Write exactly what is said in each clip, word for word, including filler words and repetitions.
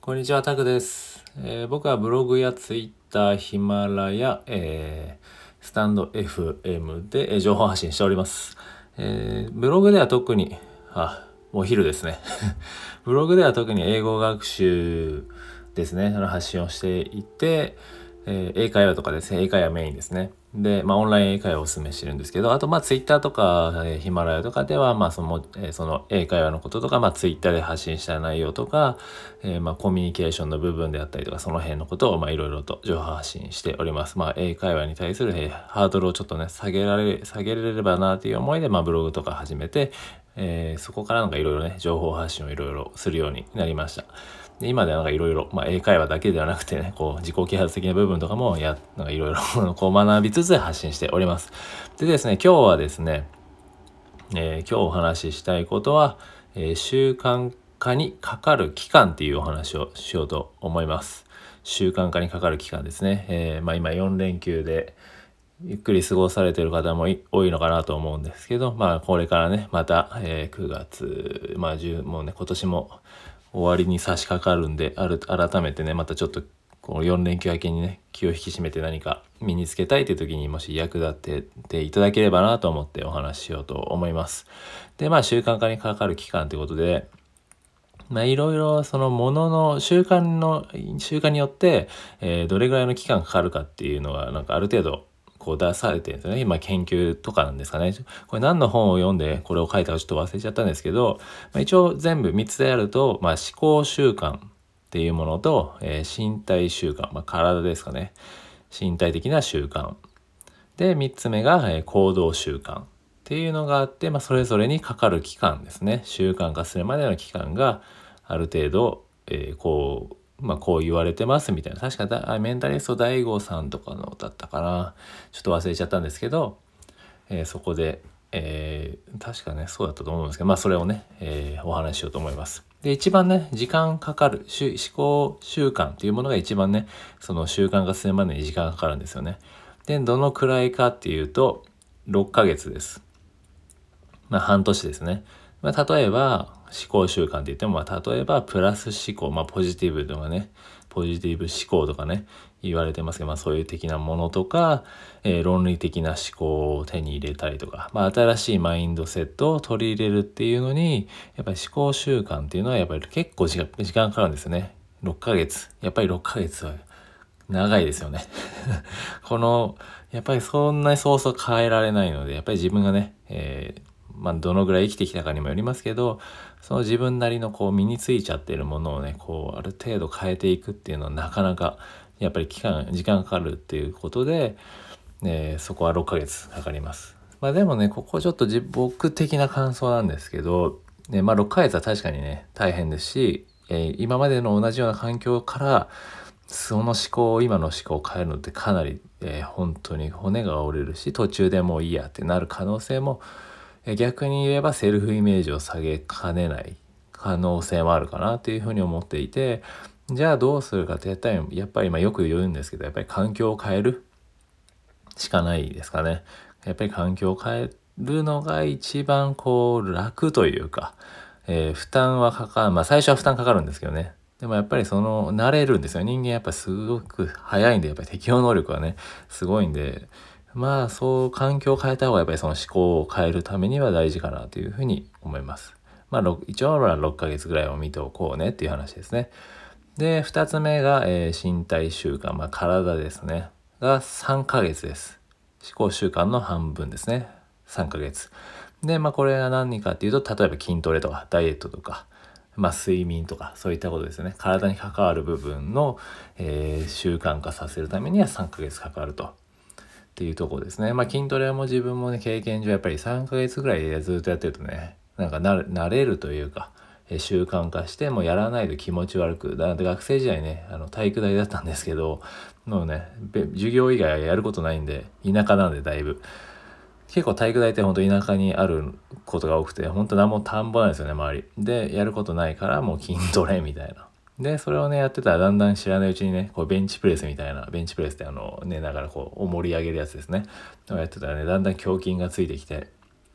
こんにちは、タクです。えー僕はブログやツイッター、ヒマラヤ、えースタンド エフエム で、えー情報発信しております。えーブログでは特に、あ、もうお昼ですね。ブログでは特に英語学習ですね、あの発信をしていて、えー英会話とかですね、英会話メインですね。で、まあ、オンライン英会話をお勧めしてるんですけど、あと、まあ、ツイッターとか、えーヒマラヤとかでは、まあ、その、えーその英会話のこととか、まあ、ツイッターで発信した内容とか、えーまあ、コミュニケーションの部分であったりとか、その辺のことを、まあ、いろいろと情報発信しております。まあ、英会話に対する、えーハードルをちょっとね、下げられ、下げれればなという思いで、まあ、ブログとか始めて、えーそこからなんかいろいろね、情報発信をいろいろするようになりました。で今ではなんかいろいろ、まあ、英会話だけではなくてね、こう、自己啓発的な部分とかもや、なんかいろいろこう学びつつ発信しております。でですね、今日はですね、えー今日お話ししたいことは、えー習慣化にかかる期間っていうお話をしようと思います。習慣化にかかる期間ですね。えーまあ今よん連休でゆっくり過ごされている方も多いのかなと思うんですけど、まあこれからね、また、えーくがつ、まあじゅうもうね、今年も終わりに差し掛かるんで、ある、改めてね、またちょっとこのよん連休明けにね、気を引き締めて何か身につけたいという時にもし役立てていただければなと思ってお話ししようと思います。で、まあ習慣化にかかる期間ということで、まあいろいろそのものの習慣の、習慣によって、えーどれぐらいの期間かかるかっていうのがなんかある程度こう出されてるんですよね。今研究とかなんですかね。これ何の本を読んでこれを書いたかちょっと忘れちゃったんですけど、まあ、一応全部みっつでやると、まあ思考習慣っていうものと、えー身体習慣、まあ体ですかね。身体的な習慣。で、みっつめが、えー行動習慣っていうのがあって、まあ、それぞれにかかる期間ですね。習慣化するまでの期間がある程度、えーこう、まあ、こう言われてますみたいな。確かだ、あメンタリスト ダイゴ さんとかのだったかな。ちょっと忘れちゃったんですけど、えーそこで、えー確かね、そうだったと思うんですけど、まあ、それをね、えーお話ししようと思います。で、一番ね、時間かかる、しゅ思考習慣っていうものが一番ね、その習慣化するまでに時間がかかるんですよね。で、どのくらいかっていうと、ろっかげつです。まあ、半年ですね。まあ、例えば、思考習慣って言っても、まあ、例えば、プラス思考、まあ、ポジティブとかね、ポジティブ思考とかね、言われてますけど、まあ、そういう的なものとか、えー論理的な思考を手に入れたりとか、まあ、新しいマインドセットを取り入れるっていうのに、やっぱり思考習慣っていうのは、やっぱり結構時間時間かかるんですよね。ろっかげつ。やっぱりろっかげつは長いですよね。この、やっぱりそんなにそうそう変えられないので、やっぱり自分がね、えーまあ、どのぐらい生きてきたかにもよりますけど、その自分なりのこう身についちゃっているものをね、こうある程度変えていくっていうのはなかなかやっぱり期間、時間かかるっていうことで、えーそこはろっかげつかかります。まあでもね、ここちょっと自僕的な感想なんですけど、ね、まあろっかげつは確かにね、大変ですし、えー今までの同じような環境からその思考を今の思考を変えるのってかなり、えー本当に骨が折れるし、途中でもういいやってなる可能性も、えー逆に言えばセルフイメージを下げかねない可能性もあるかなっていうふうに思っていて、じゃあどうするかってやったらやっぱりまあよく言うんですけど、やっぱり環境を変えるしかないですかね。やっぱり環境を変えるのが一番こう楽というか、えー負担はかかる。まあ最初は負担かかるんですけどね。でもやっぱりその慣れるんですよ。人間やっぱすごく早いんで、やっぱり適応能力はね、すごいんで、まあそう環境を変えた方がやっぱりその思考を変えるためには大事かなというふうに思います。まあろ一応はろっかげつぐらいを見ておこうねっていう話ですね。で、二つ目が、えー身体習慣、まあ体ですね。がさんかげつです。思考習慣の半分ですね。さんかげつ。で、まあこれは何かっていうと、例えば筋トレとかダイエットとか、まあ睡眠とかそういったことですね。体に関わる部分の、えー習慣化させるためにはさんかげつかかると。っていうところですね。まあ筋トレも自分もね、経験上やっぱりさんかげつぐらいでずっとやってるとね、なんか慣れ慣れるというか、え習慣化してもうやらないと気持ち悪く。だって学生時代ね、あの体育大だったんですけど、もうね、べ授業以外はやることないんで、田舎なんでだいぶ。結構体育大って本当田舎にあることが多くて、本当何も田んぼなんですよね、周り。で、やることないからもう筋トレみたいな。で、それをね、やってたらだんだん知らないうちにね、こうベンチプレスみたいな、ベンチプレスってあの、寝ながらこう、重り上げるやつですね。やってたらね、だんだん胸筋がついてきて、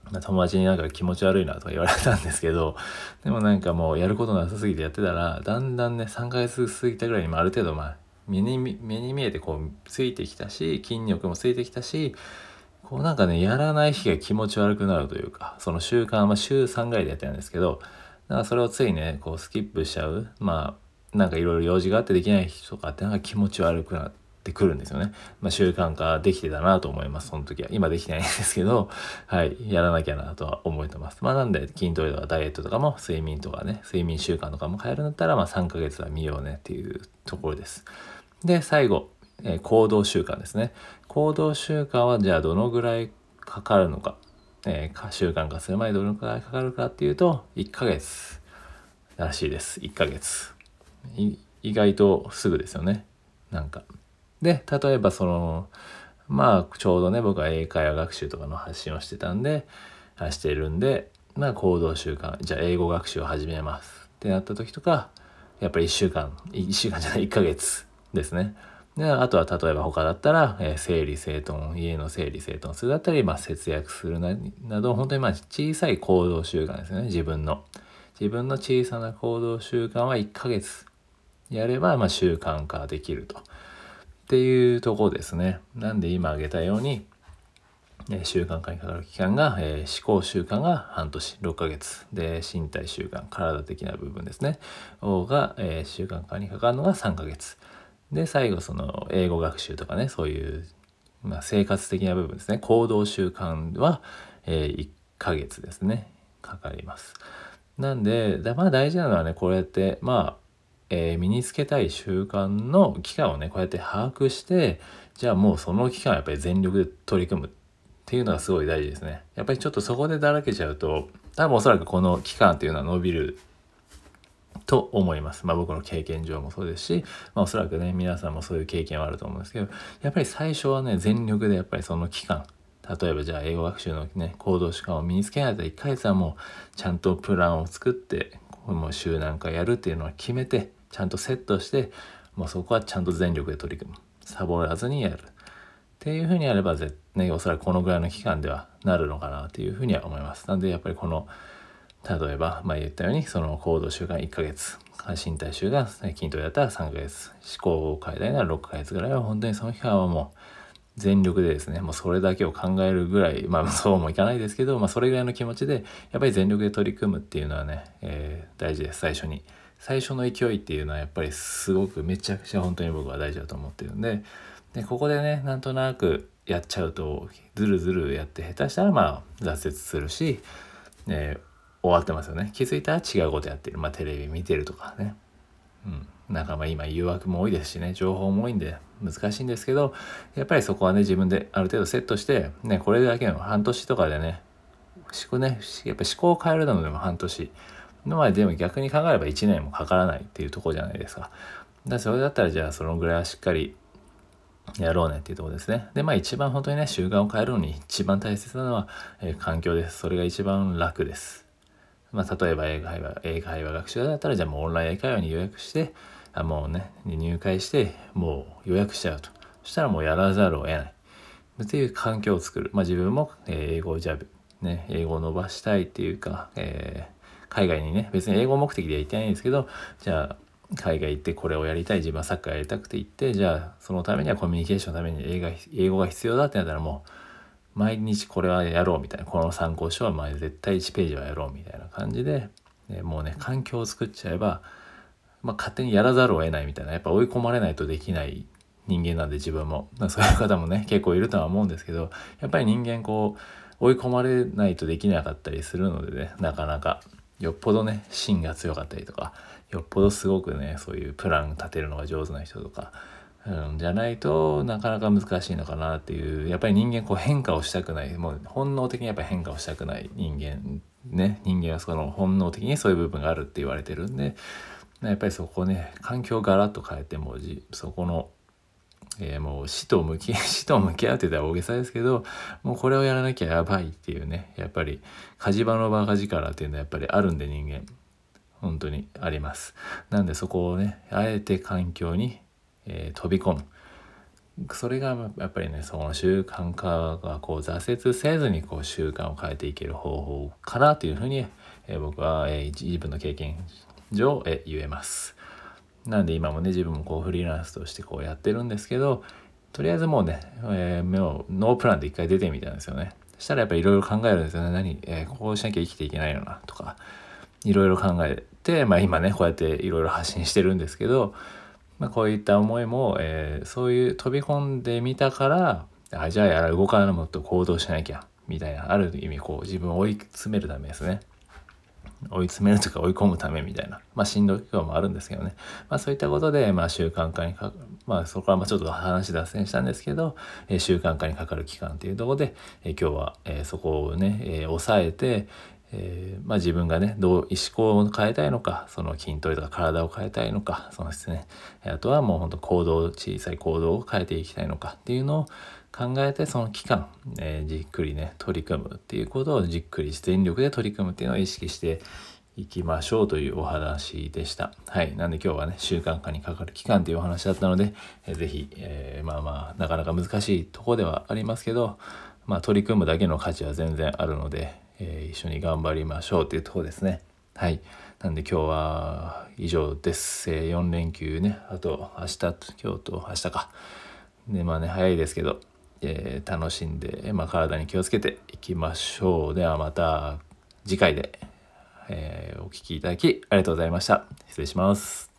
まあ、友達になんか気持ち悪いなとか言われたんですけど、でもなんかもうやることなさすぎてやってたら、だんだんね、さんかげつ過ぎたぐらいにもある程度まあ、目に目に見えてこうついてきたし、筋力もついてきたし、こうなんかね、やらない日が気持ち悪くなるというか、その習慣はまあ週さんぐらいでやってるんですけど、だからそれをついね、こうスキップしちゃう。まあ、なんかいろいろ用事があってできない日とかってなんか気持ち悪くなってくるんですよね。まあ習慣化できてたなと思います、その時は。今できてないんですけど、はい、やらなきゃなとは思ってます。まあなんで筋トレとかダイエットとかも睡眠とかね、睡眠習慣とかも変えるんだったら、まあさんかげつは見ようねっていうところです。で、最後、えー行動習慣ですね。行動習慣はじゃあどのぐらいかかるのか、えー、習慣化する前にどのくらいかかるかっていうと、いっかげつらしいです。いっかげつ。意外とすぐですよね。なんか。で、例えばその、まあ、ちょうどね、僕は英会話学習とかの発信をしてたんで、しているんで、まあ、行動習慣、じゃあ英語学習を始めますってなった時とか、やっぱりいっしゅうかん、いっしゅうかんじゃない、いっかげつですね。で、あとは例えば他だったら、えー整理整頓、家の整理整頓するだったり、まあ、節約するななど、本当にまあ小さい行動習慣ですね、自分の。自分の小さな行動習慣はいっかげつやれば、まあ、習慣化できると。っていうところですね。なんで今挙げたように、習慣化にかかる期間が、えー、思考習慣が半年、ろっかげつ。で、身体習慣、体的な部分ですね。が、えー、習慣化にかかるのがさんかげつ。で、最後、その、英語学習とかね、そういう、まあ、生活的な部分ですね。行動習慣は、えー、いっかげつですね。かかります。なんで、だまあ大事なのはね、こうやって、まあ、えー身につけたい習慣の期間をね、こうやって把握して、じゃあもうその期間はやっぱり全力で取り組むっていうのがすごい大事ですね。やっぱりちょっとそこでだらけちゃうと、多分おそらくこの期間っていうのは伸びると思います。まあ僕の経験上もそうですし、まあおそらくね、皆さんもそういう経験はあると思うんですけど、やっぱり最初はね、全力でやっぱりその期間、例えばじゃあ英語学習のね、行動習慣を身につけないといっかげつはもうちゃんとプランを作って、もう週何回やるっていうのは決めて、ちゃんとセットして、もうそこはちゃんと全力で取り組む。サボらずにやる。っていうふうにやれば、ね、おそらくこのぐらいの期間ではなるのかなっていうふうには思います。なんでやっぱりこの例えば、まあ言ったように、その行動習慣いっかげつ、身体習が筋トレだったらさんかげつ、思考を変えたいならろっかげつぐらいは、本当にその期間はもう全力でですね、もうそれだけを考えるぐらい、まあそうもいかないですけど、まあそれぐらいの気持ちで、やっぱり全力で取り組むっていうのはね、えー大事です、最初に。最初の勢いっていうのはやっぱりすごくめちゃくちゃ本当に僕は大事だと思ってるんで、で、ここでね、なんとなくやっちゃうと、ずるずるやって下手したらまあ挫折するし、えー終わってますよね。気づいたら違うことやってる。まあテレビ見てるとかね。うん。なんかまあ今誘惑も多いですしね、情報も多いんで難しいんですけど、やっぱりそこはね、自分である程度セットして、ね、これだけの半年とかでね、思考ね、やっぱ思考を変えるのでも半年の前でも逆に考えればいちねんもかからないっていうところじゃないですか。だからそれだったらじゃあそのぐらいはしっかりやろうねっていうところですね。で、まあ一番本当にね、習慣を変えるのに一番大切なのは、えー環境です。それが一番楽です。まあ、例えば英会話、英会話学習だったら、じゃあもうオンライン英会話に予約して、あもうね、入会して、もう予約しちゃうと。そしたらもうやらざるを得ない。っていう環境を作る。まあ自分も英語をじゃあ、ね、英語を伸ばしたいっていうか、えー海外にね、別に英語目的では行ってないんですけど、じゃあ、海外行ってこれをやりたい、自分はサッカーやりたくて行って、じゃあ、そのためにはコミュニケーションのために英語が英語が必要だってなったらもう、毎日これはやろうみたいな、この参考書はまあ絶対いちページはやろうみたいな感じで、ね、もうね、環境を作っちゃえば、まあ、勝手にやらざるを得ないみたいな、やっぱ追い込まれないとできない人間なんで自分も。そういう方もね、結構いるとは思うんですけど、やっぱり人間こう、追い込まれないとできなかったりするのでね、なかなか、よっぽどね、芯が強かったりとか、よっぽどすごくね、そういうプラン立てるのが上手な人とか、うん、じゃないとなかなか難しいのかなっていう、やっぱり人間こう変化をしたくない、もう本能的にやっぱり変化をしたくない人間ね、人間はその本能的にそういう部分があるって言われてるんで、やっぱりそこね、環境をガラッと変えてもじそこの、えーもう死と向き死と向き合うって言ったら大げさですけど、もうこれをやらなきゃやばいっていうね、やっぱり火事場のバカ力っていうのはやっぱりあるんで、人間本当にあります。なんでそこをね、あえて環境に、えー飛び込む。 それがやっぱりね、その習慣化がこう挫折せずにこう習慣を変えていける方法かなというふうに、えー僕は、えー自分の経験上、えー言えます。なんで今もね、自分もこうフリーランスとしてこうやってるんですけど、とりあえずもうね、えー、もうノープランで一回出てみたんですよね。そしたらやっぱりいろいろ考えるんですよね。何、えーこうしなきゃ生きていけないよなとか、いろいろ考えて、まあ今ね、こうやっていろいろ発信してるんですけど、まあ、こういった思いも、えーそういう飛び込んでみたから、あ、じゃあやら動かないもっと行動しなきゃみたいな、ある意味こう自分を追い詰めるためですね。追い詰めるというか追い込むためみたいな、まあしんどい今日もあるんですけどね、まあそういったことで、まあ習慣化にかまあそこはまあちょっと話脱線したんですけど、えー習慣化にかかる期間というところで、えー今日は、えーそこをね、えー抑えて、えーまあ、自分がねどう思考を変えたいのか、その筋トレとか体を変えたいのか、そのですね、あとはもう本当行動、小さい行動を変えていきたいのかっていうのを考えて、その期間、えーじっくりね取り組むっていうことをじっくり全力で取り組むっていうのを意識していきましょうというお話でした。はい。なんで今日はね、習慣化にかかる期間というお話だったので、えーぜひ、えーまあまあ、なかなか難しいところではありますけど、まあ取り組むだけの価値は全然あるので、えー一緒に頑張りましょうというところですね。はい。なんで今日は以上です。えー、よん連休ね、あと明日、今日と明日か。で、まあね、早いですけど、えー楽しんで、まあ、体に気をつけていきましょう。ではまた次回で、えーお聞きいただきありがとうございました。失礼します。